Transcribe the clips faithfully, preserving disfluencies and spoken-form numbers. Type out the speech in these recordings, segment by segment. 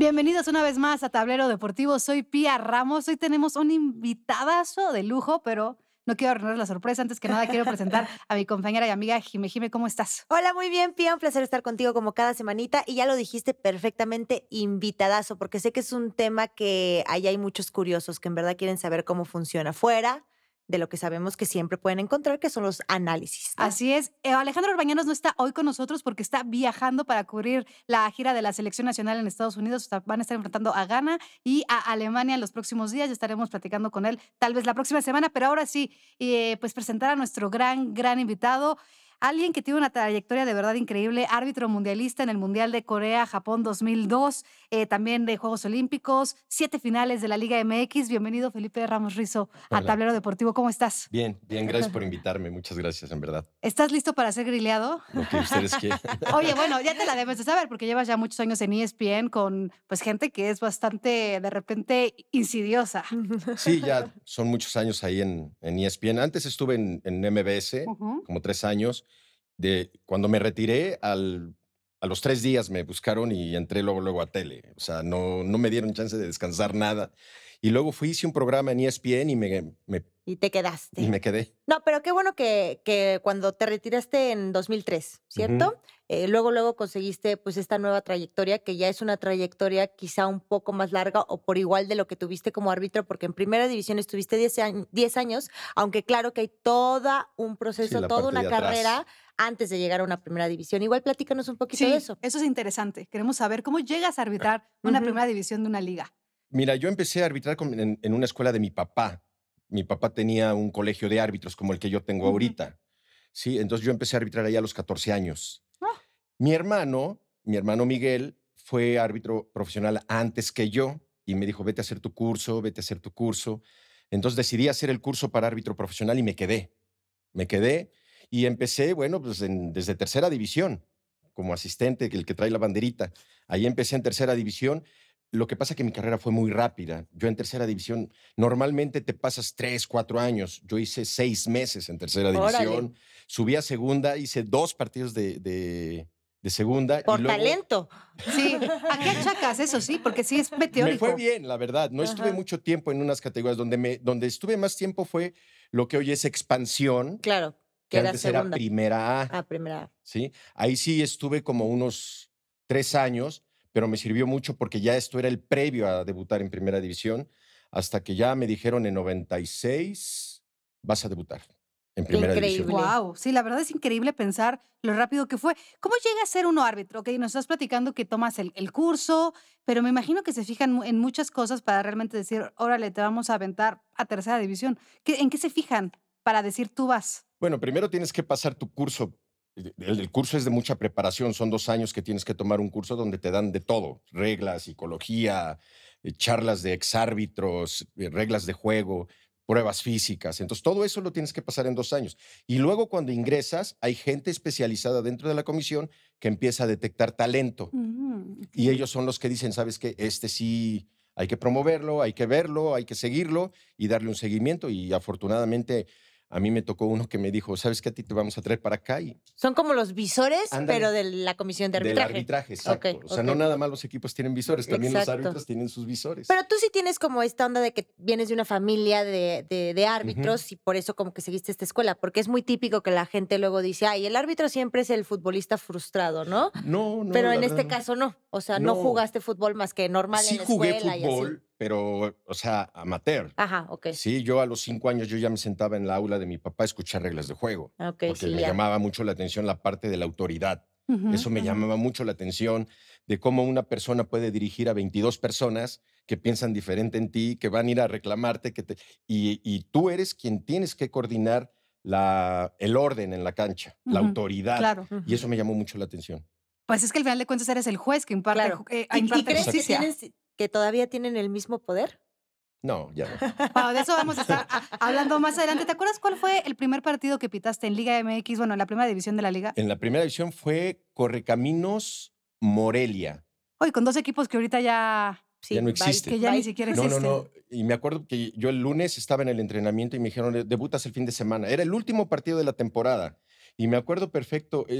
Bienvenidos una vez más a Tablero Deportivo. Soy Pía Ramos. Hoy tenemos un invitadazo de lujo, pero no quiero arruinar la sorpresa. Antes que nada, quiero presentar a mi compañera y amiga Jime. Jime, ¿cómo estás? Hola, muy bien, Pía. Un placer estar contigo como cada semanita. Y ya lo dijiste perfectamente, invitadazo, porque sé que es un tema que ahí hay muchos curiosos que en verdad quieren saber cómo funciona fuera de lo que sabemos que siempre pueden encontrar, que son los análisis, ¿no? Así es. Eh, Alejandro Orbañanos no está hoy con nosotros porque está viajando para cubrir la gira de la selección nacional en Estados Unidos. O sea, van a estar enfrentando a Ghana y a Alemania en los próximos días. Ya estaremos platicando con él tal vez la próxima semana, pero ahora sí, eh, pues presentar a nuestro gran, gran invitado. Alguien que tiene una trayectoria de verdad increíble, árbitro mundialista en el Mundial de Corea-Japón dos mil dos, eh, también de Juegos Olímpicos, siete finales de la Liga M X. Bienvenido, Felipe Ramos Rizo, a Hola. Tablero Deportivo. ¿Cómo estás? Bien, bien, gracias por invitarme. Muchas gracias, en verdad. ¿Estás listo para ser grileado? Lo que ustedes quieran. Oye, bueno, ya te la debes de saber porque llevas ya muchos años en E S P N con pues gente que es bastante, de repente, insidiosa. Sí, ya son muchos años ahí en, en E S P N. Antes estuve en, en M B S, Ujú. como tres años. De, cuando me retiré, al, a los tres días me buscaron y entré luego, luego a tele. O sea, no, no me dieron chance de descansar nada. Y luego fui, hice un programa en E S P N y me, me, Y te quedaste. y me quedé. No, pero qué bueno que, que cuando te retiraste en dos mil tres, ¿cierto? Ujú. Eh, luego, luego conseguiste pues esta nueva trayectoria, que ya es una trayectoria quizá un poco más larga o por igual de lo que tuviste como árbitro, porque en primera división estuviste diez años, diez años, aunque claro que hay todo un proceso, Sí, la toda parte una de atrás. carrera antes de llegar a una primera división. Igual platícanos un poquito de Sí, eso. eso es interesante. Queremos saber cómo llegas a arbitrar una Ujú. primera división de una liga. Mira, yo empecé a arbitrar con- en, en una escuela de mi papá. Mi papá tenía un colegio de árbitros como el que yo tengo Ujú. ahorita. Sí, entonces yo empecé a arbitrar ahí a los catorce años. Ah. Mi hermano, mi hermano Miguel, fue árbitro profesional antes que yo y me dijo, vete a hacer tu curso, vete a hacer tu curso. Entonces decidí hacer el curso para árbitro profesional y me quedé. Me quedé y empecé, bueno, pues en- desde tercera división, como asistente, el que trae la banderita. Ahí empecé en tercera división. Lo que pasa es que mi carrera fue muy rápida. Yo en tercera división, normalmente te pasas tres, cuatro años. Yo hice seis meses en tercera Órale. división. Subí a segunda, hice dos partidos de, de- de segunda. Por y luego talento. Sí, ¿a qué achacas eso? Sí, porque sí es me fue meteórico. bien, la verdad. No estuve Ajá. mucho tiempo en unas categorías. Donde, me, donde estuve más tiempo fue lo que hoy es expansión, Claro, que que era antes era segunda. primera A. Ah, primera. ¿Sí? Ahí sí estuve como unos tres años, pero me sirvió mucho porque ya esto era el previo a debutar en primera división, hasta que ya me dijeron en noventa y seis vas a debutar en Qué primera división. increíble. Wow, sí, la verdad es increíble pensar lo rápido que fue. ¿Cómo llega a ser uno árbitro? Ok, nos estás platicando que tomas el, el curso, pero me imagino que se fijan mu- en muchas cosas para realmente decir, órale, te vamos a aventar a tercera división. ¿Qué- ¿En qué se fijan para decir tú vas? Bueno, primero tienes que pasar tu curso. El, el curso es de mucha preparación, son dos años que tienes que tomar un curso donde te dan de todo, reglas, psicología, eh, charlas de exárbitros, eh, reglas de juego, pruebas físicas. Entonces, todo eso lo tienes que pasar en dos años. Y luego cuando ingresas, hay gente especializada dentro de la comisión que empieza a detectar talento. Mm, ok. Y ellos son los que dicen, ¿sabes qué? Este sí hay que promoverlo, hay que verlo, hay que seguirlo y darle un seguimiento. Y afortunadamente a mí me tocó uno que me dijo, ¿sabes qué? A ti te vamos a traer para acá y Son como los visores, Ándale. pero de la comisión de del arbitraje. arbitraje, exacto. Ok, O sea, ok. no nada más los equipos tienen visores, también los Exacto. árbitros tienen sus visores. Pero tú sí tienes como esta onda de que vienes de una familia de, de- de árbitros y por eso como que seguiste esta escuela, porque es muy típico que la gente luego dice, ay, el árbitro siempre es el futbolista frustrado, ¿no? No, no, Pero la en verdad este no. caso no. O sea, no, No. jugaste fútbol más que normal Sí en la jugué escuela y así. fútbol, pero, o sea, amateur. Ajá, ok. Sí, yo a los cinco años yo ya me sentaba en la aula de mi papá a escuchar reglas de juego, Ok, porque sí, me ya. llamaba mucho la atención la parte de la autoridad. Ujú, Eso me ujú. llamaba mucho la atención de cómo una persona puede dirigir a veintidós personas que piensan diferente en ti, que van a ir a reclamarte, que te, y, y tú eres quien tienes que coordinar la, el orden en la cancha, la Ujú, autoridad. claro. Y eso me llamó mucho la atención. Pues es que al final de cuentas eres el juez que imparte, Claro. ju- eh, ¿Y, y imparte crees que, justicia. tienen, que todavía tienen el mismo poder? No, ya no. Wow, de eso vamos a estar a- hablando más adelante. ¿Te acuerdas cuál fue el primer partido que pitaste en Liga M X? Bueno, en la primera división de la liga. En la primera división fue Correcaminos Morelia. Hoy con dos equipos que ahorita ya, Sí, Ya no bye, existe. que ya ni bye. siquiera No, no, existen. no. Y me acuerdo que yo el lunes estaba en el entrenamiento y me dijeron, debutas el fin de semana. Era el último partido de la temporada. Y me acuerdo perfecto, eh,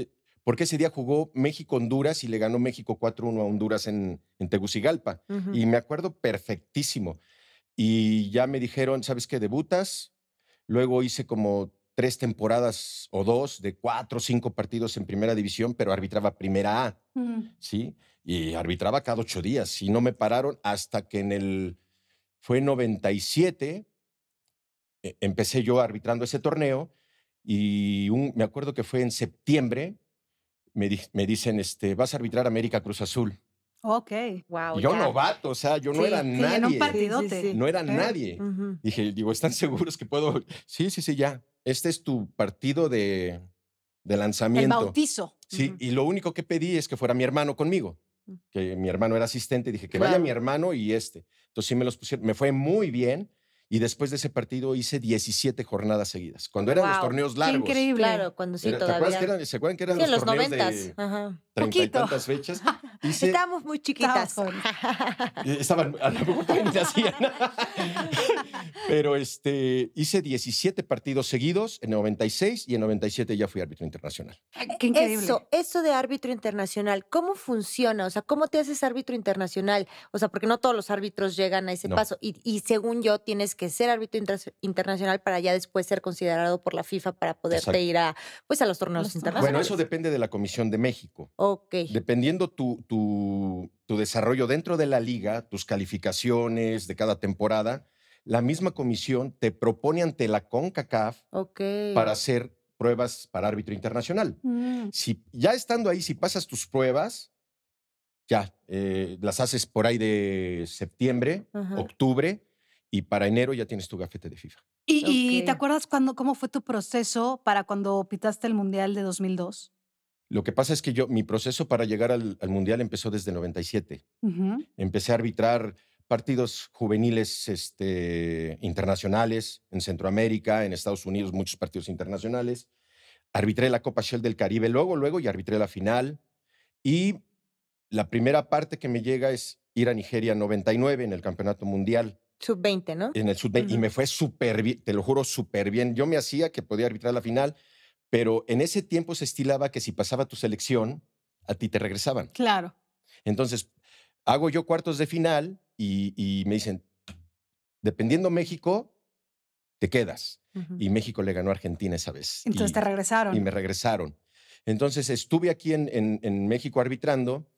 porque ese día jugó México-Honduras y le ganó México cuatro uno a Honduras en, en Tegucigalpa. Ujú. Y me acuerdo perfectísimo. Y ya me dijeron, ¿sabes qué? Debutas. Luego hice como tres temporadas o dos de cuatro o cinco partidos en primera división, pero arbitraba primera A, Mm. ¿sí? Y arbitraba cada ocho días. Y no me pararon hasta que en el... Fue noventa y siete, eh, empecé yo arbitrando ese torneo y un- me acuerdo que fue en septiembre, me, di- me dicen, este, vas a arbitrar América Cruz Azul. Ok. Wow, Y yo ya. novato, o sea, yo no Sí, era sí, Sí, en un nadie. partidote. Sí, sí, sí. No era Ok. nadie. Ujú. Dije, digo, ¿están seguros que puedo? Sí, sí, sí, ya. Este es tu partido de, de El lanzamiento. bautizo. Sí, Ujú. y lo único que pedí es que fuera mi hermano conmigo, Mm. que mi hermano era asistente. Dije, que vaya mi Claro. hermano y este. Entonces sí me los pusieron. Me fue muy bien. Y después de ese partido hice diecisiete jornadas seguidas. Cuando eran los Wow, torneos Qué largos. increíble. claro, cuando sí Era- ¿Te acuerdas que todavía. eran, se acuerdan que eran Sí, en los los torneos noventas. de Ajá. treinta y Poquito. tantas fechas? Hice, Estábamos muy Estábamos chiquitas. jóvenes. eh, estaban, a lo mejor todavía ni nacían. Pero este, hice diecisiete partidos seguidos en noventa y seis y en noventa y siete ya fui árbitro internacional. Ay, Qué increíble. Eso, eso de árbitro internacional, ¿cómo funciona? O sea, ¿cómo te haces árbitro internacional? O sea, porque no todos los árbitros llegan a ese No. paso. Y, y según yo, tienes que ser árbitro inter- internacional para ya después ser considerado por la FIFA para poderte Exacto. ir a, pues, a los torneos Los- ajá. internacionales. Bueno, eso depende de la Comisión de México. Ok. Dependiendo tu, tu, tu desarrollo dentro de la liga, tus calificaciones de cada temporada, la misma comisión te propone ante la CONCACAF Ok. para hacer pruebas para árbitro internacional. Mm. Si ya estando ahí, si pasas tus pruebas, ya eh, las haces por ahí de septiembre, Ajá. octubre, y para enero ya tienes tu gafete de FIFA. ¿Y, y te Ok. acuerdas cuándo, cómo fue tu proceso para cuando pitaste el Mundial de dos mil dos? Lo que pasa es que yo, mi proceso para llegar al, al Mundial empezó desde noventa y siete. Ujú. Empecé a arbitrar partidos juveniles este, internacionales en Centroamérica, en Estados Unidos, muchos partidos internacionales. Arbitré la Copa Shell del Caribe luego, luego, y arbitré la final. Y la primera parte que me llega es ir a Nigeria noventa y nueve en el Campeonato Mundial, Sub veinte, ¿no? en el sub veinte, y Ujú. me fue súper bien, te lo juro, súper bien. Yo me hacía que podía arbitrar la final, pero en ese tiempo se estilaba que si pasaba tu selección, a ti te regresaban. Claro. Entonces, hago yo cuartos de final y, y me dicen, dependiendo México, te quedas. Ujú. Y México le ganó a Argentina esa vez. Entonces y, te regresaron. y me regresaron. Entonces, estuve aquí en, en, en México arbitrando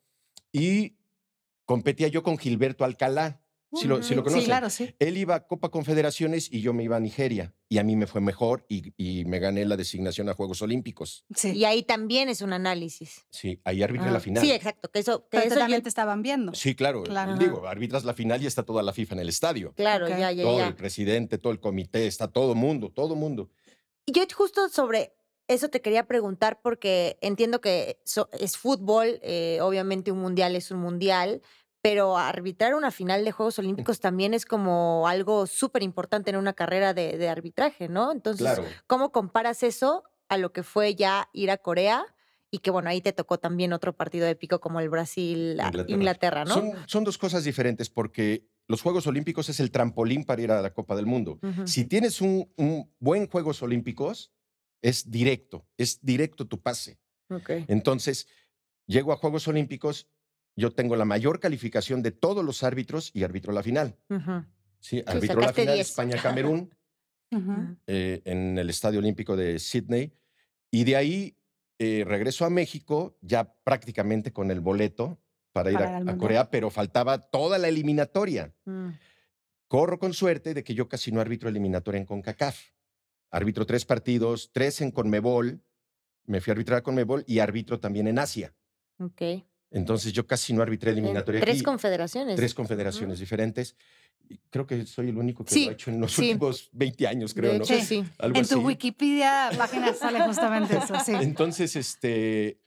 y competía yo con Gilberto Alcalá. Si lo, si lo Ujú. Sí, conocen. claro, sí. Él iba a Copa Confederaciones y yo me iba a Nigeria. Y a mí me fue mejor y, y me gané la designación a Juegos Olímpicos. Sí. Y ahí también es un análisis. Sí, ahí arbitré Ah, la final. Sí, exacto. Que eso, que Pero eso yo- también te estaban viendo. Sí, claro. Claro. Digo, arbitras la final y está toda la FIFA en el estadio. Claro, Ok. ya, ya, Todo ya. el presidente, todo el comité, está todo mundo, todo mundo. Y yo justo sobre eso te quería preguntar porque entiendo que so- es fútbol, eh, obviamente un mundial es un mundial, pero arbitrar una final de Juegos Olímpicos también es como algo súper importante en una carrera de, de arbitraje, ¿no? Entonces, Claro. ¿cómo comparas eso a lo que fue ya ir a Corea? Y que bueno, ahí te tocó también otro partido épico como el Brasil-Inglaterra, Inglaterra. ¿no? Son, son dos cosas diferentes porque los Juegos Olímpicos es el trampolín para ir a la Copa del Mundo. Ujú. Si tienes un, un buen Juegos Olímpicos, es directo, es directo tu pase. Ok. Entonces, llego a Juegos Olímpicos, yo tengo la mayor calificación de todos los árbitros y arbitro la final. Ujú. Sí, arbitro la sacaste final diez. España-Camerún Ujú. Ujú. eh, en el Estadio Olímpico de Sydney. Y de ahí eh, regreso a México ya prácticamente con el boleto para ir Para a, el a Mundial. Corea, pero faltaba toda la eliminatoria. Mm. Corro con suerte de que yo casi no arbitro eliminatoria en CONCACAF. Arbitro tres partidos, tres en CONMEBOL, me fui a arbitrar a CONMEBOL y arbitro también en Asia. Ok. Entonces yo casi no arbitré En eliminatoria tres aquí. confederaciones. Tres confederaciones diferentes. Y creo que soy el único que Sí, lo ha hecho en los sí. últimos veinte años, creo, De ¿no? hecho, Sí. sí. Algo En tu así. Wikipedia página sale justamente eso, sí. Entonces, este,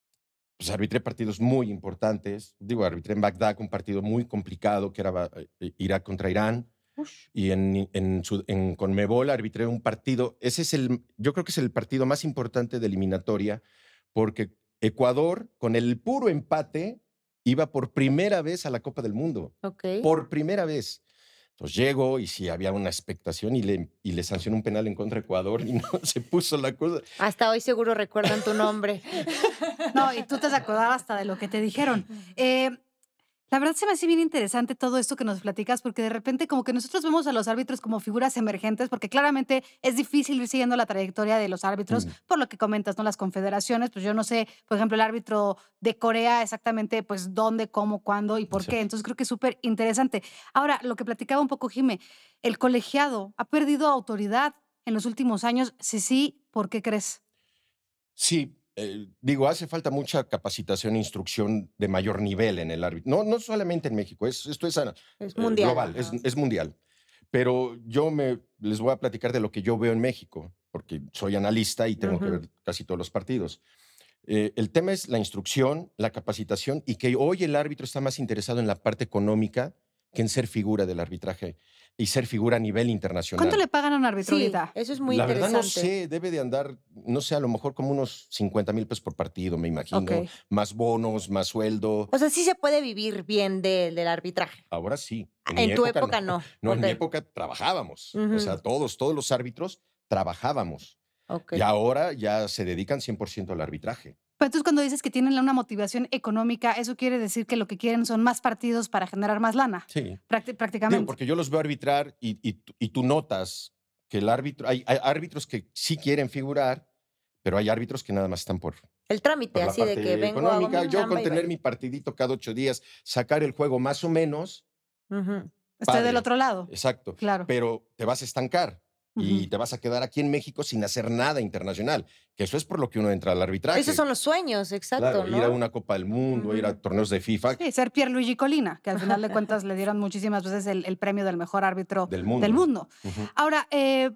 pues arbitré partidos muy importantes. Digo, arbitré en Bagdad un partido muy complicado que era eh, Irak contra Irán. Ush. Y en, en, su- en Conmebol arbitré un partido. Ese es el, yo creo que es el partido más importante de eliminatoria porque Ecuador, con el puro empate, iba por primera vez a la Copa del Mundo. Ok. Por primera vez. Entonces llego y sí había una expectación y le, y le sancionó un penal en contra de Ecuador y no se puso la cosa. Hasta hoy seguro recuerdan tu nombre. No, y tú te has acordado hasta de lo que te dijeron. Eh, la verdad se me hace bien interesante todo esto que nos platicas, porque de repente como que nosotros vemos a los árbitros como figuras emergentes, porque claramente es difícil ir siguiendo la trayectoria de los árbitros, Mm, por lo que comentas, ¿no? Las confederaciones, pues yo no sé, por ejemplo, el árbitro de Corea exactamente, pues dónde, cómo, cuándo y por qué. exacto. Entonces creo que es súper interesante. Ahora, lo que platicaba un poco Jime, el colegiado ha perdido autoridad en los últimos años. Si sí, ¿por qué crees? Sí, eh, digo, hace falta mucha capacitación e instrucción de mayor nivel en el árbitro. No, no solamente en México, es, esto es ah, Es eh, mundial. global, es, Ajá. es mundial. Pero yo me, les voy a platicar de lo que yo veo en México, porque soy analista y tengo que Ujú. ver casi todos los partidos. Eh, el tema es la instrucción, la capacitación y que hoy el árbitro está más interesado en la parte económica que en ser figura del arbitraje y ser figura a nivel ¿Cuánto internacional. le pagan a un árbitro Sí, ahorita? eso es muy La verdad no interesante. sé, debe de andar, no sé, a lo mejor como unos cincuenta mil pesos por partido, me Ok. imagino, más bonos, más sueldo. O sea, sí se puede vivir bien de- del arbitraje. Ahora sí, en mi En tu época no. época no. No, en mi Ok. época trabajábamos. O Ujú. sea, todos, todos los árbitros trabajábamos. Ok. Y ahora ya se dedican cien por ciento al arbitraje. Pero entonces cuando dices que tienen una motivación económica, ¿eso quiere decir que lo que quieren son más partidos para generar más lana? Sí. Prácti- Digo, prácticamente. porque yo los veo arbitrar y, y, tú- y tú notas que el árbitro, hay, hay árbitros que sí quieren figurar, pero hay árbitros que nada más están por, El trámite, por la así de parte que vengo, hago económica. mi Yo chamba con y tener bye. mi partidito cada ocho días, sacar el juego más o menos, Ujú. Estoy del padre. otro lado. Exacto. Claro. Pero te vas a estancar y Ujú. te vas a quedar aquí en México sin hacer nada internacional, que eso es por lo que uno entra al arbitraje. Esos son los sueños, exacto, Claro, ir a ¿no? una Copa del Mundo, ir a Ujú. torneos de FIFA Sí, ser Pierluigi Colina, que al final de cuentas le dieron muchísimas veces el, el premio del mejor árbitro del del mundo. mundo. Ujú. Ahora, eh,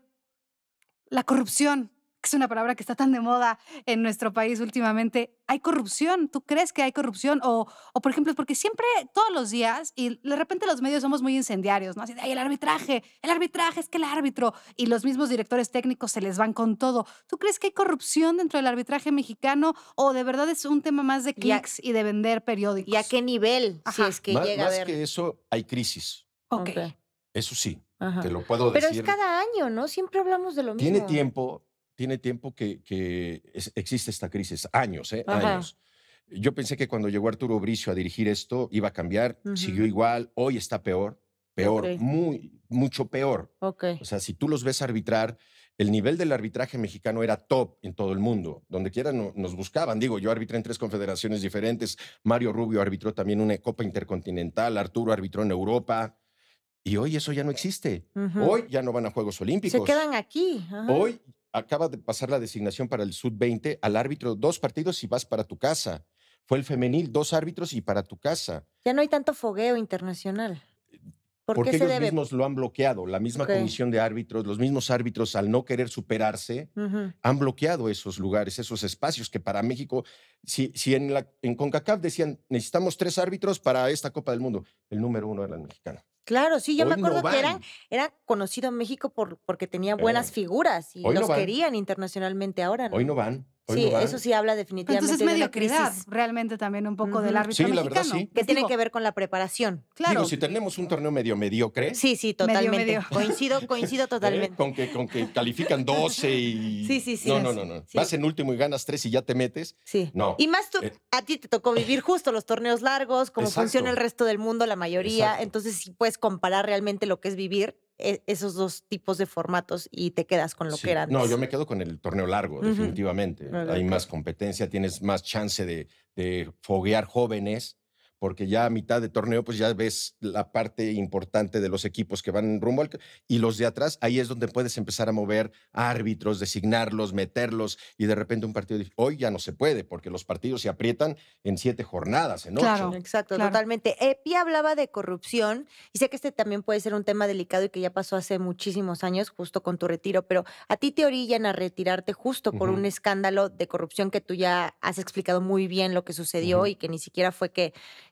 la corrupción, que es una palabra que está tan de moda en nuestro país últimamente. ¿Hay corrupción? ¿Tú crees que hay corrupción? O, o por ejemplo, porque siempre, todos los días, y de repente los medios somos muy incendiarios, ¿no? Así de, ay, el arbitraje, el arbitraje, es que el árbitro, y los mismos directores técnicos se les van con todo. ¿Tú crees que hay corrupción dentro del arbitraje mexicano o de verdad es un tema más de ¿Y a, clics y de vender periódicos? y a qué nivel, si Ajá. es que Má- llega a más ver? que eso, hay crisis. Ok. Ok. Eso sí, Ajá. te lo puedo Pero es decir. cada año, ¿no? Siempre hablamos de lo Tiene mismo. tiempo, tiene tiempo que, que es- existe esta crisis, años, ¿eh? Ajá. Años. Yo pensé que cuando llegó Arturo Bricio a dirigir esto iba a cambiar, Ujú. siguió igual, hoy está peor, peor, Ok. muy, mucho peor. Ok. O sea, si tú los ves arbitrar, el nivel del arbitraje mexicano era top en todo el mundo. Donde quiera no- nos buscaban. Digo, yo arbitré en tres confederaciones diferentes. Mario Rubio arbitró también una Copa Intercontinental. Arturo arbitró en Europa. Y hoy eso ya no existe. Ujú. Hoy ya no van a Juegos Se Olímpicos. quedan aquí. Ajá. Hoy acaba de pasar la designación para el sub veinte al árbitro, dos partidos y vas para tu casa. Fue el femenil, dos árbitros y para tu casa. Ya no hay tanto fogueo internacional. ¿Por Porque qué se ellos debe? mismos lo han bloqueado. La misma Ok. comisión de árbitros, los mismos árbitros, al no querer superarse, Ujú. han bloqueado esos lugares, esos espacios que para México, si, si en, la, en CONCACAF decían, necesitamos tres árbitros para esta Copa del Mundo, el número uno era el mexicano. Claro, sí, yo me Hoy no acuerdo que eran, van. era conocido en México por, porque tenía buenas Eh, figuras y hoy no los van. querían internacionalmente. Ahora Hoy no. no van. Hoy Sí, no van. eso sí habla Pero definitivamente entonces de una mediocridad, crisis realmente también un poco del Ujú. árbitro Sí, la verdad, mexicano. sí. que Les tiene digo, que ver con la preparación. claro, Digo, si tenemos un torneo medio mediocre, Sí, sí, medio, totalmente. medio. Coincido, coincido ¿eh? totalmente. con, que, con que califican doce y... Sí, sí, sí. No, no, no, no. Sí. Vas en último y ganas tres y ya te metes. Sí. No. Y más tú, Eh, a ti te tocó vivir justo los torneos largos, como Exacto. funciona el resto del mundo, la mayoría. Exacto. Entonces sí puedes comparar realmente lo que es vivir e- esos dos tipos de formatos y te quedas con lo Sí. que era antes. No, yo me quedo con el torneo largo, Ujú. definitivamente. Ok, Hay ok. más competencia, tienes más chance de, de foguear jóvenes, porque ya a mitad de torneo, pues ya ves la parte importante de los equipos que van rumbo al... Y los de atrás, ahí es donde puedes empezar a mover árbitros, designarlos, meterlos, y de repente un partido... dif- Hoy ya no se puede, porque los partidos se aprietan en siete jornadas, en Claro. ocho. Exacto, Claro. totalmente. Eh, Pia hablaba de corrupción y sé que este también puede ser un tema delicado y que ya pasó hace muchísimos años, justo con tu retiro, pero a ti te orillan a retirarte justo por Ujú. un escándalo de corrupción que tú ya has explicado muy bien lo que sucedió Ujú. y que ni siquiera fue que,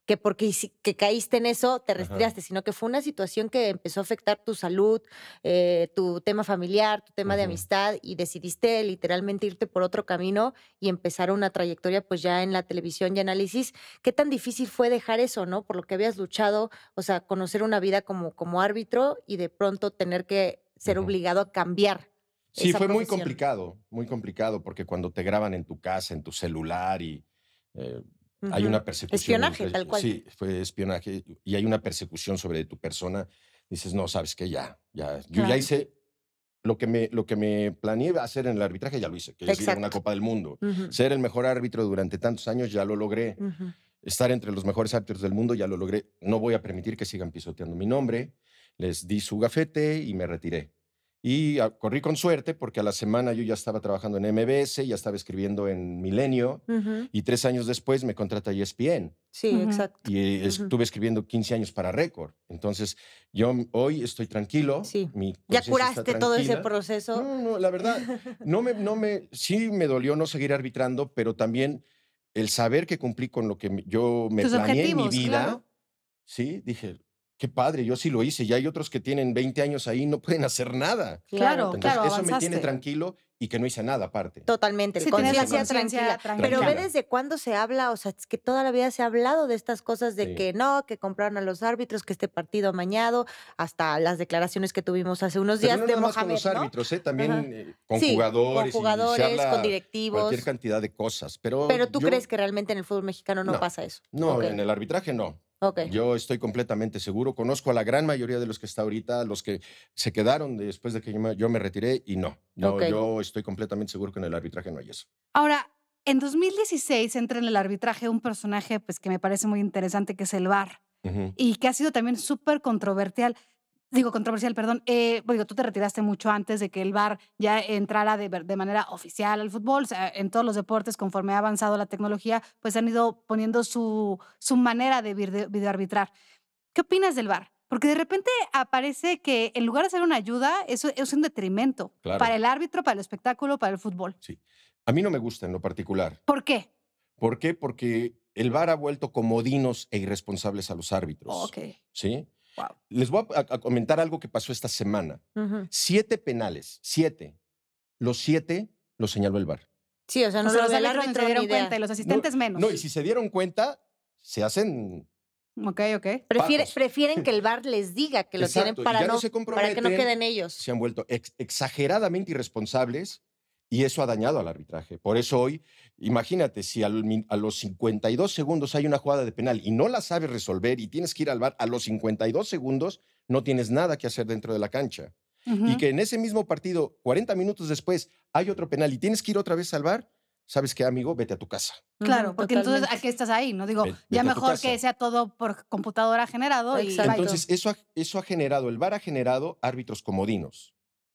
que porque hici- que caíste en eso te Ajá. retiraste, sino que fue una situación que empezó a afectar tu salud, eh, tu tema familiar, tu tema de Ujú. amistad y decidiste literalmente irte por otro camino y empezar una trayectoria pues ya en la televisión y análisis. ¿Qué tan difícil fue dejar eso, no? Por lo que habías luchado, o sea, conocer una vida como, como árbitro y de pronto tener que ser Ujú. obligado a cambiar Sí, esa fue muy profesión. complicado, muy complicado, porque cuando te graban en tu casa, en tu celular y eh, hay Ujú. una persecución. Espionaje, impre- tal cual. Sí, fue espionaje y hay una persecución sobre tu persona. Dices, no, sabes que ya, ya, yo ya Claro. hice lo que me, lo que me planeé hacer en el arbitraje, ya lo hice, que es ir a una Exacto. Copa del Mundo. Ujú, Ser el mejor árbitro durante tantos años, ya lo logré. ujú. Estar entre los mejores árbitros del mundo, ya lo logré. No voy a permitir que sigan pisoteando mi nombre. Les di su gafete y me retiré. Y ah, corrí con suerte porque a la semana yo ya estaba trabajando en M B S, ya estaba escribiendo en Milenio Ujú. y tres años después me contrata E S P N Sí, Ujú. exacto. y eh, Ujú. estuve escribiendo quince años para Récord. Entonces, yo m- hoy estoy tranquilo, Sí. mi Ya conciencia está curaste todo ese tranquila. proceso. No, no, la verdad, no me, no me, sí me dolió no seguir arbitrando, pero también el saber que cumplí con lo que me- yo me Tus planeé en mi objetivos, claro. vida, sí, dije, qué padre, yo sí lo hice. Y hay otros que tienen veinte años ahí y no pueden hacer nada. Claro, Claro, Entonces, claro, eso me tiene avanzaste. tranquilo y que no hice nada aparte. totalmente. Sí, tienes la Conciencia conciencia tranquila. Pero ve tranquila. desde cuándo se habla, o sea, es que toda la vida se ha hablado de estas cosas de Sí. que no, que compraron a los árbitros, que este partido amañado, hasta las declaraciones que tuvimos hace unos Pero días no de nada más con Mohamed, los ¿no? árbitros, ¿eh? Ajá. También eh, con Sí, con jugadores y se jugadores, con habla cualquier directivos. cantidad de cosas. Pero Pero tú yo, crees que realmente en el fútbol mexicano no no, pasa eso. no, Ok, en el arbitraje no. ok. Yo estoy completamente seguro. Conozco a la gran mayoría de los que está ahorita, los que se quedaron después de que yo me, yo me retiré y no, no, Ok. yo estoy completamente seguro que en el arbitraje no hay eso. Ahora, en dos mil dieciséis entra en el arbitraje un personaje, pues, que me parece muy interesante, que es el V A R, Ujú. y que ha sido también súper controversial. Digo, controversial, perdón. Eh, pues, digo, tú te retiraste mucho antes de que el V A R ya entrara de ver de manera oficial al fútbol. O sea, en todos los deportes, conforme ha avanzado la tecnología, pues, han ido poniendo su su manera de virde videoarbitrar. ¿Qué opinas del V A R? Porque de repente aparece que en lugar de ser una ayuda, eso es un detrimento para Claro, el árbitro, para el espectáculo, para el fútbol. sí. A mí no me gusta en lo particular. ¿Por qué? ¿Por qué? Porque el V A R ha vuelto comodinos e irresponsables a los árbitros, Okey. ¿sí? Guau. Les voy a, a comentar algo que pasó esta semana. Ujú. Siete penales, siete. Los siete los señaló el V A R. Sí, o sea, O no sea, lo los del árbitros ni se árbitro dieron ni idea. cuenta y los No, asistentes menos. no, y si se dieron cuenta, se hacen Okey, okey. Prefiere, patos. prefieren que el V A R les diga que lo tienen Exacto, y para ya no no, se para que no comprometen, queden ellos. se han vuelto ex- exageradamente irresponsables y eso ha dañado al arbitraje. Por eso hoy, imagínate, si al min- a los cincuenta y dos segundos hay una jugada de penal y no la sabes resolver y tienes que ir al V A R, a los cincuenta y dos segundos no tienes nada que hacer dentro de la cancha. Y Ujú. que en ese mismo partido, cuarenta minutos después, hay otro penal y tienes que ir otra vez al V A R, ¿sabes qué, amigo? Vete a tu casa. Claro, Ujú, porque entonces, ¿a totalmente. qué estás ahí? No digo, Ve- ya vete a tu mejor que casa. sea todo por computadora generado y Exacto. bye. Entonces, eso ha, eso ha generado, el V A R ha generado árbitros comodinos,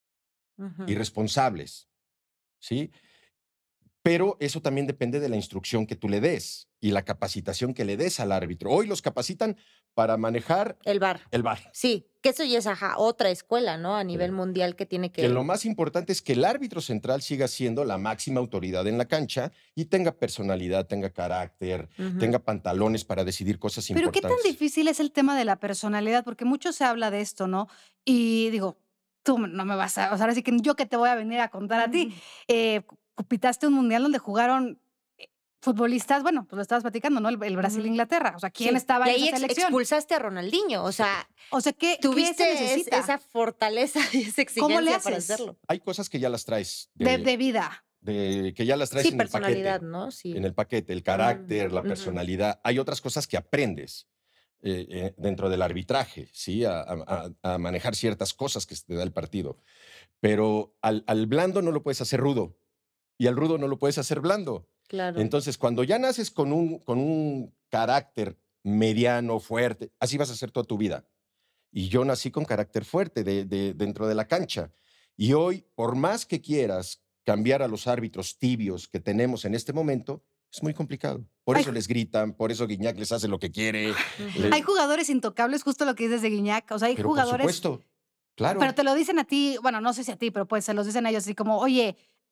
Ujú. irresponsables, ¿sí? Pero eso también depende de la instrucción que tú le des y la capacitación que le des al árbitro. Hoy los capacitan para manejar El V A R. el V A R. Sí, que eso ya es ajá, otra escuela, ¿no? A nivel Sí. mundial que tiene que... Que lo más importante es que el árbitro central siga siendo la máxima autoridad en la cancha y tenga personalidad, tenga carácter, Ujú. tenga pantalones para decidir cosas Pero qué tan importantes. difícil es el tema de la personalidad, porque mucho se habla de esto, ¿no? Y digo, tú no me vas a, o sea, ahora sí que yo que te voy a venir a contar a ti. Ujú. Eh, cu- pitaste un mundial donde jugaron eh, futbolistas, bueno, pues lo estabas platicando, ¿no? El, el Brasil-Inglaterra. O sea, ¿quién Sí, estaba y en ahí esa ex- selección? expulsaste a Ronaldinho, o sea, O sea, ¿qué, ¿qué se tuviste es- necesita? esa fortaleza y esa ¿Cómo le exigencia para haces? hacerlo. Hay cosas que ya las traes, De, de, de vida. de- que ya las traes Sí, en el personalidad, paquete. ¿no? Sí. En el paquete, el carácter, la Ujú. personalidad. Hay otras cosas que aprendes eh, eh, dentro del arbitraje, ¿sí? A, a- a- a manejar ciertas cosas que te da el partido. Pero al, al blando no lo puedes hacer rudo y al rudo no lo puedes hacer blando. Claro. Entonces, cuando ya naces con un, con un carácter mediano, fuerte, así vas a ser toda tu vida. Y yo nací con carácter fuerte de, de- dentro de la cancha. Y hoy, por más que quieras cambiar a los árbitros tibios que tenemos en este momento, es muy complicado. Por Ay, eso les gritan, por eso Guiñac les hace lo que quiere. Ujú. le- hay jugadores intocables, justo lo que dices de Guiñac. O sea, hay pero por jugadores. supuesto, claro. Pero te lo dicen a ti, bueno, no sé si a ti, pero pues se los dicen a ellos así como, oye,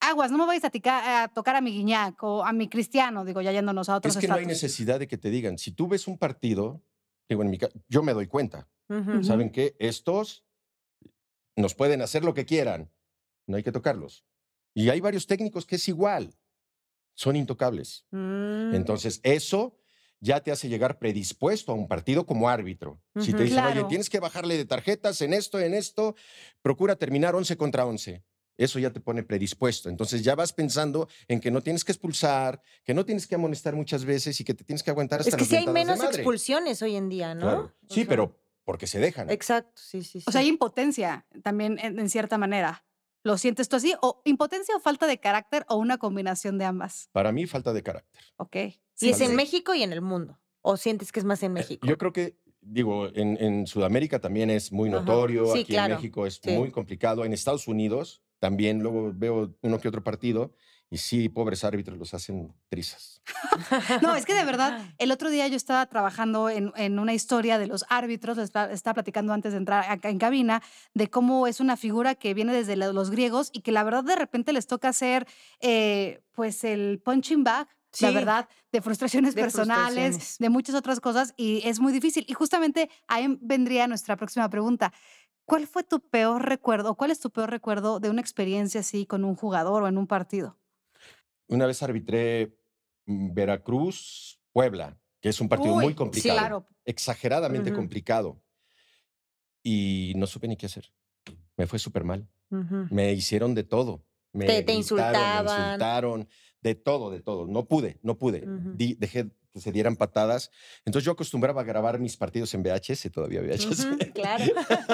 aguas, no me vayas a, tica- a tocar a mi Guiñac o a mi Cristiano, digo, ya yéndonos a otros Es que no hay estratos. necesidad de que te digan. Si tú ves un partido, digo, en mi ca- yo me doy cuenta. Ujú. ¿Saben qué? Estos nos pueden hacer lo que quieran. No hay que tocarlos. Y hay varios técnicos que es igual. Son intocables. Mm. Entonces, eso ya te hace llegar predispuesto a un partido como árbitro. Si te Ujú. dicen, oye, Claro. tienes que bajarle de tarjetas en esto, en esto, procura terminar once contra once. Eso ya te pone predispuesto. Entonces ya vas pensando en que no tienes que expulsar, que no tienes que amonestar muchas veces y que te tienes que aguantar hasta Es que las sí hay mentadas de menos madre. expulsiones hoy en día, ¿no? Claro. O Sí, sea, pero porque se dejan. Exacto, sí, sí, sí. O sea, hay impotencia también en, en cierta manera. ¿Lo sientes tú así? ¿O impotencia o falta de carácter o una combinación de ambas? Para mí, falta de carácter. Ok. ¿Y Sí, es sí, en sí. México y en el mundo? ¿O sientes que es más en Eh, México? Yo creo que, digo, en, en Sudamérica también es muy Ajá. notorio, Sí, aquí claro. en México es Sí. muy complicado, en Estados Unidos también luego veo uno que otro partido y sí, pobres árbitros los hacen trizas. No, es que de verdad, el otro día yo estaba trabajando en, en una historia de los árbitros, les estaba, estaba platicando antes de entrar acá en cabina, de cómo es una figura que viene desde la- los griegos y que la verdad de repente les toca hacer eh, pues el punching bag, la Sí. verdad, de frustraciones De personales, frustraciones. de muchas otras cosas y es muy difícil. Y justamente ahí vendría nuestra próxima pregunta. ¿Cuál fue tu peor recuerdo o cuál es tu peor recuerdo de una experiencia así con un jugador o en un partido? Una vez arbitré mm, Veracruz-Puebla, que es un partido muy Uy, sí, complicado, claro. exageradamente Ujú. complicado, y no supe ni qué hacer. Me fue súper mal. Ujú. Me hicieron de todo. Me Te, te gritaron, me insultaban. insultaron, de todo, de todo. No pude, no pude. Ujú. Di- dejé que se dieran patadas. Entonces yo acostumbraba a grabar mis partidos en V H S, todavía V H S. Ujú, claro.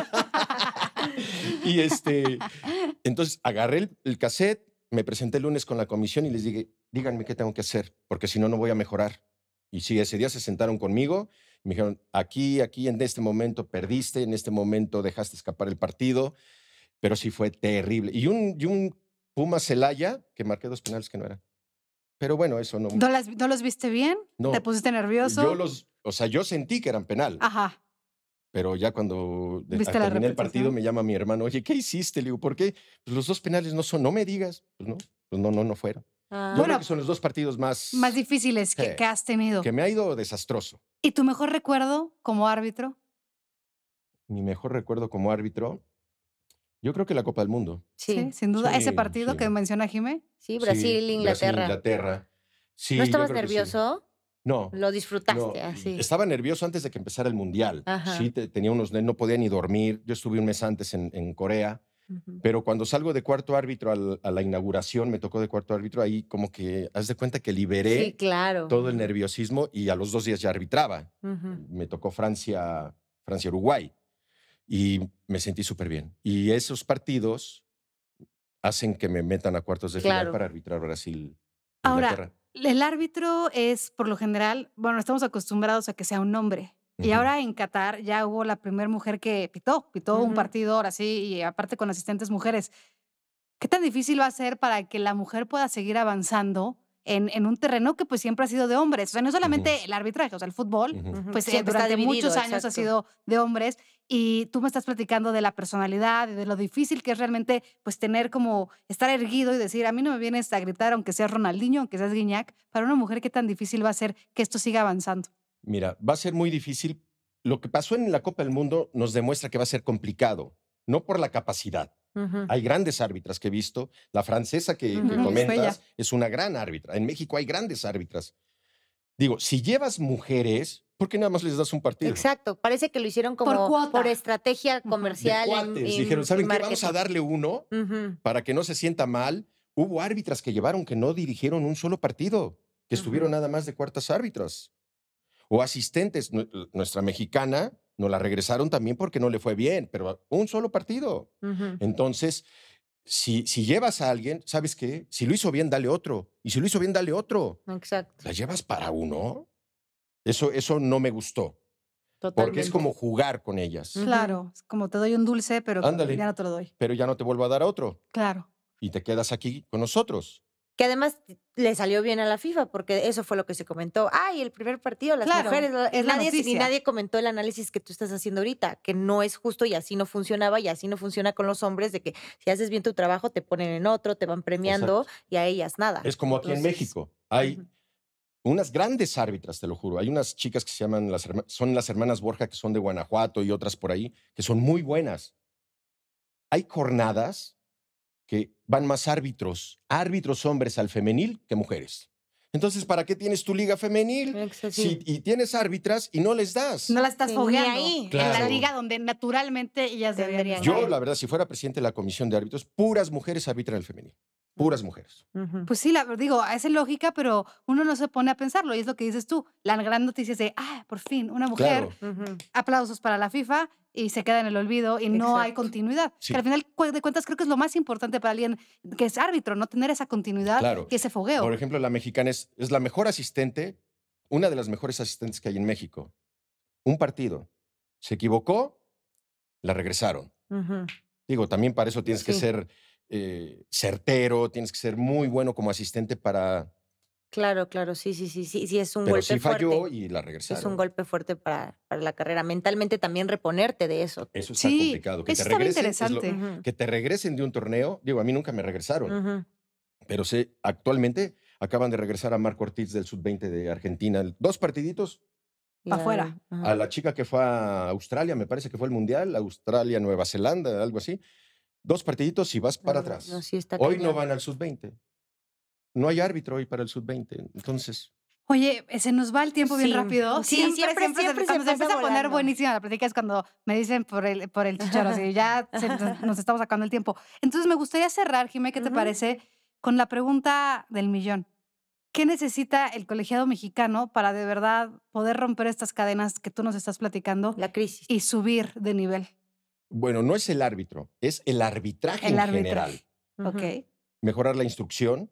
Y este, entonces agarré el, el cassette, me presenté el lunes con la comisión y les dije, díganme qué tengo que hacer, porque si no, no voy a mejorar. Y sí, ese día se sentaron conmigo y me dijeron, aquí, aquí, en este momento perdiste, en este momento dejaste escapar el partido, pero sí fue terrible. Y un, y un Puma Celaya, que marqué dos penales que no eran. Pero bueno, eso no. ¿No, las, ¿No los viste bien? ¿Te No, pusiste nervioso? yo los, o sea, yo sentí que eran penal, Ajá. pero ya cuando de- ¿Viste a- la terminé el partido repetición? me llama mi hermano, oye, ¿qué hiciste? Le digo, ¿por qué? Pues los dos penales no son, no me digas. Pues no, pues no, no, no fueron. Ah. Yo creo Bueno, que son los dos partidos más, más difíciles que, Sí. que has tenido. que me ha ido desastroso. ¿Y tu mejor recuerdo como árbitro? Mi mejor recuerdo como árbitro, yo creo que la Copa del Mundo. Sí, Sí, sin duda. Ese Sí, partido sí. que menciona Jimé. sí, Sí, Brasil, Brasil, Inglaterra. Inglaterra. Sí, ¿No yo estabas creo que sí. nervioso? No, Lo disfrutaste no. así. Estaba nervioso antes de que empezara el Mundial. Ajá. Sí, te- tenía unos, no podía ni dormir. Yo estuve un mes antes en, en Corea, Ujú. pero cuando salgo de cuarto árbitro al- a la inauguración, me tocó de cuarto árbitro, ahí como que, haz de cuenta que liberé Sí, claro. todo el nerviosismo y a los dos días ya arbitraba. Ujú. Me tocó Francia, Francia-Uruguay y me sentí súper bien. Y esos partidos hacen que me metan a cuartos de final Claro. para arbitrar Brasil. Ahora, Inglaterra. el árbitro es, por lo general, bueno, estamos acostumbrados a que sea un hombre. Y Ujú. ahora en Qatar ya hubo la primera mujer que pitó, pitó un Ujú. partido ahora sí, y aparte con asistentes mujeres. ¿Qué tan difícil va a ser para que la mujer pueda seguir avanzando en, en un terreno que pues siempre ha sido de hombres? O sea, no solamente Ujú. el arbitraje, o sea, el fútbol, Ujú. Ujú. pues eh, Siempre está durante dividido, muchos años ha exacto. sido de hombres y tú me estás platicando de la personalidad y de lo difícil que es realmente pues tener como estar erguido y decir, a mí no me vienes a gritar aunque seas Ronaldinho, aunque seas Guiñac. Para una mujer, ¿qué tan difícil va a ser que esto siga avanzando? Mira, va a ser muy difícil. Lo que pasó en la Copa del Mundo nos demuestra que va a ser complicado, no por la capacidad. Ujú. Hay grandes árbitras que he visto. La francesa que, que Ujú. Fue ella. comentas es una gran árbitra. En México hay grandes árbitras. Digo, si llevas mujeres, ¿por qué nada más les das un partido? Exacto. Parece que lo hicieron Por como cuota. por estrategia Ujú. De De comercial. y- cuates. y- Dijeron, y ¿saben qué? Vamos a marketing. darle uno Ujú. para que no se sienta mal. Hubo árbitras que llevaron que no dirigieron un solo partido, que estuvieron Ujú. nada más de cuartas árbitras. O asistentes. Nu- Nuestra mexicana nos la regresaron también porque no le fue bien, pero un solo partido. Ujú. Entonces, si, si llevas a alguien, ¿sabes qué? Si lo hizo bien, dale otro. Y si lo hizo bien, dale otro. Exacto. ¿La llevas para uno? Eso, eso no me gustó, porque Totalmente. es como jugar con ellas. Ujú. Claro, es como te doy un dulce, pero Ándale. ya no te lo doy. Pero ya no te vuelvo a dar otro Claro. y te quedas aquí con nosotros. Que además le salió bien a la FIFA, porque eso fue lo que se comentó. Ay, el primer partido, las Claro, mujeres. la- es la nadie, noticia. ni nadie comentó el análisis que tú estás haciendo ahorita, que no es justo y así no funcionaba y así no funciona con los hombres, de que si haces bien tu trabajo, te ponen en otro, te van premiando Exacto. y a ellas nada. Es como aquí en Entonces, México. Hay ujú. unas grandes árbitras, te lo juro. Hay unas chicas que se llaman, las, herma- son las hermanas Borja, que son de Guanajuato y otras por ahí, que son muy buenas. Hay jornadas que van más árbitros, árbitros hombres al femenil que mujeres. Entonces, ¿para qué tienes tu liga femenil? Exa- Si, sí. y tienes árbitras y no les das. No la estás Sí, ni fogueando ahí, en la Claro. liga donde naturalmente ellas deberían Tendrían estar. Yo, que- la verdad, si fuera presidente de la comisión de árbitros, puras mujeres arbitran el femenil. Puras mujeres. Ujú. Pues sí, la, digo, es lógica, pero uno no se pone a pensarlo. Y es lo que dices tú. La gran noticia es de, ah, por fin, una mujer. Claro. Ujú. Aplausos para la FIFA y se queda en el olvido y no hay Exacto. continuidad. Sí. Que al final cu- de cuentas creo que es lo más importante para alguien que es árbitro, no tener esa continuidad Claro. y ese fogueo. Por ejemplo, la mexicana es, es la mejor asistente, una de las mejores asistentes que hay en México. Un partido. Se equivocó, la regresaron. Ujú. Digo, también para eso tienes que Sí. ser eh, certero, tienes que ser muy bueno como asistente para... Claro, claro, sí, sí, sí, sí, sí, es un Pero golpe sí falló fuerte. y la Sí, es regresaron. un golpe fuerte para, para la carrera. Mentalmente también reponerte de eso. Eso está Sí, complicado. Que eso te está bien regresen, es lo- interesante. Ujú. que te regresen de un torneo. Digo, a mí nunca me regresaron. Ujú. Pero sé, actualmente acaban de regresar a Marco Ortiz del sub veinte de Argentina. Dos partiditos. Pa' Ya, afuera. ajá. A la chica que fue a Australia, me parece que fue el Mundial, Australia, Nueva Zelanda, algo así. Dos partiditos y vas para No, no, atrás. no, sí está Hoy no cañón. van al sub veinte. No hay árbitro hoy para el sub veinte. Entonces, Oye, eh, se nos va el tiempo bien Sí, rápido. sí, siempre, siempre, siempre, siempre se, se cuando se pasa empieza a poner volando. buenísima la plática es cuando me dicen por el, por el chicharo, así ya se- nos, nos estamos sacando el tiempo. Entonces me gustaría cerrar, Jimé, ¿qué te Ujú. parece? Con la pregunta del millón. ¿Qué necesita el colegiado mexicano para de verdad poder romper estas cadenas que tú nos estás platicando La crisis. y subir de nivel? bueno, no es el árbitro, es el arbitraje El en arbitraje. general. Ujú. Ok. Mejorar la instrucción.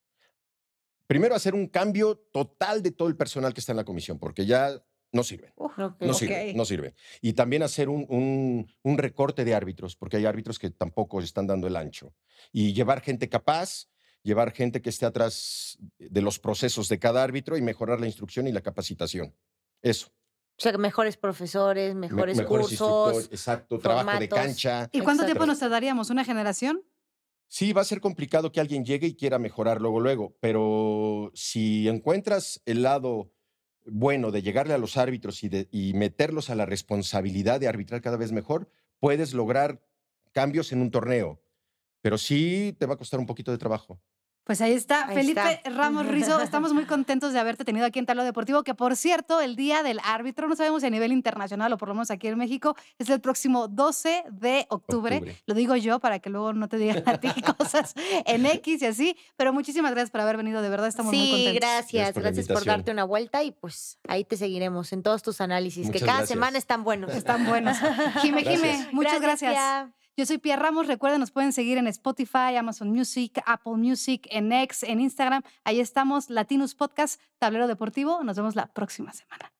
Primero, hacer un cambio total de todo el personal que está en la comisión, porque ya no sirven. Uf, Ok. No ok. sirve, no sirve. Y también hacer un, un- un recorte de árbitros, porque hay árbitros que tampoco están dando el ancho. Y llevar gente capaz, llevar gente que esté atrás de los procesos de cada árbitro y mejorar la instrucción y la capacitación. Eso. O sea, mejores profesores, Me- mejores, mejores instructores, cursos. exacto. Trabajo de formatos. cancha. ¿Y cuánto Exacto. tiempo nos tardaríamos? ¿Una generación? Sí, va a ser complicado que alguien llegue y quiera mejorar luego, luego, pero si encuentras el lado bueno de llegarle a los árbitros y, de, y meterlos a la responsabilidad de arbitrar cada vez mejor, puedes lograr cambios en un torneo, pero sí te va a costar un poquito de trabajo. Pues ahí está, Ahí Felipe está. Ramos Rizo. Estamos muy contentos de haberte tenido aquí en Talo Deportivo, que por cierto, el Día del Árbitro, no sabemos si a nivel internacional o por lo menos aquí en México, es el próximo doce de octubre. Octubre. Lo digo yo para que luego no te digan a ti cosas en X y así, pero muchísimas gracias por haber venido, de verdad estamos muy Sí, contentos. gracias. Gracias por la Gracias por invitación. darte una vuelta y pues ahí te seguiremos en todos tus análisis, Muchas que cada gracias. semana están buenos. Están buenos. Jime, Jime, Gracias. muchas gracias. Pia. Yo soy Pia Ramos. Recuerden, nos pueden seguir en Spotify, Amazon Music, Apple Music, en X, en Instagram. Ahí estamos, Latinos Podcast, Tablero Deportivo. Nos vemos la próxima semana.